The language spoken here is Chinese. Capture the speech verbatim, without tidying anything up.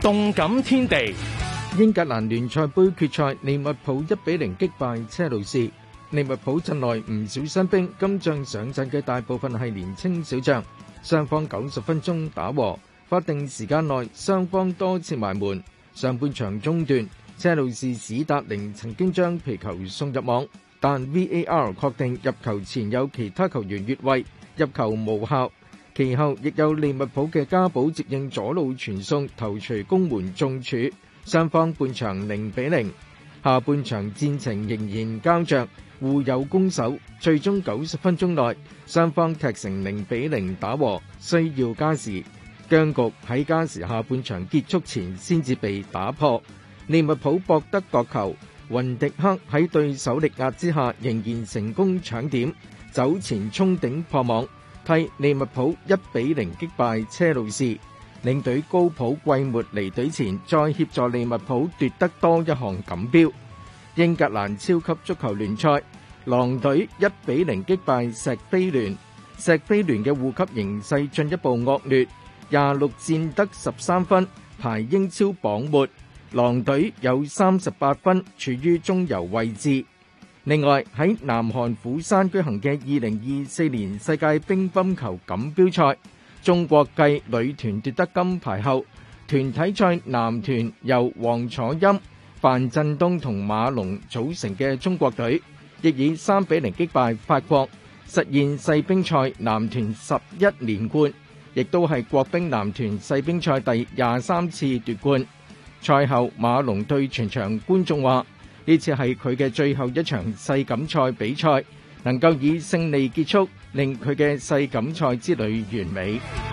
動感天地， 英格蘭聯賽盃決賽，利物浦一比零擊敗車路士。利物浦陣內唔少新兵，今仗上陣嘅大部分係年青小將。雙方九十分鐘打和，法定時間內雙方多次埋門。上半場中段，車路士史達寧曾經將皮球送入網，但 V A R 確定入球前有其他球員越位，入球無效。其後亦有利物浦嘅加寶接應左路傳送，頭槌攻門中柱，雙方半場零比零。下半場戰情仍然膠着，互有攻守，最終九十分鐘內雙方踢成零比零打和，需要加時。僵局喺加時下半場結束前先至被打破。利物浦博得角球，雲迪克喺對手力壓之下仍然成功搶點，走前衝頂破網，替利物浦一比零擊敗車路士。領隊高普季末離隊前再協助利物浦奪得多一項錦標。英格蘭超級足球聯賽，狼隊一比零擊敗錫菲聯。錫菲聯嘅護級形勢進一步惡劣，廿六戰得十三分，排英超榜末。狼隊有三十八分，處於中游位置。另外喺南韓釜山舉行嘅二零二四年世界乒乓球錦標賽，中國繼女團奪得金牌後，團體賽男團由王楚欽、樊振東同馬龍組成嘅中國隊，亦以三比零擊敗法國，實現世乒賽男團十一連冠，亦都係國乒男團世乒賽第廿三次奪冠。賽後馬龍對全場觀眾話：呢次係佢嘅最後一場世錦賽比賽，能夠以勝利結束，令佢嘅世錦賽之旅完美。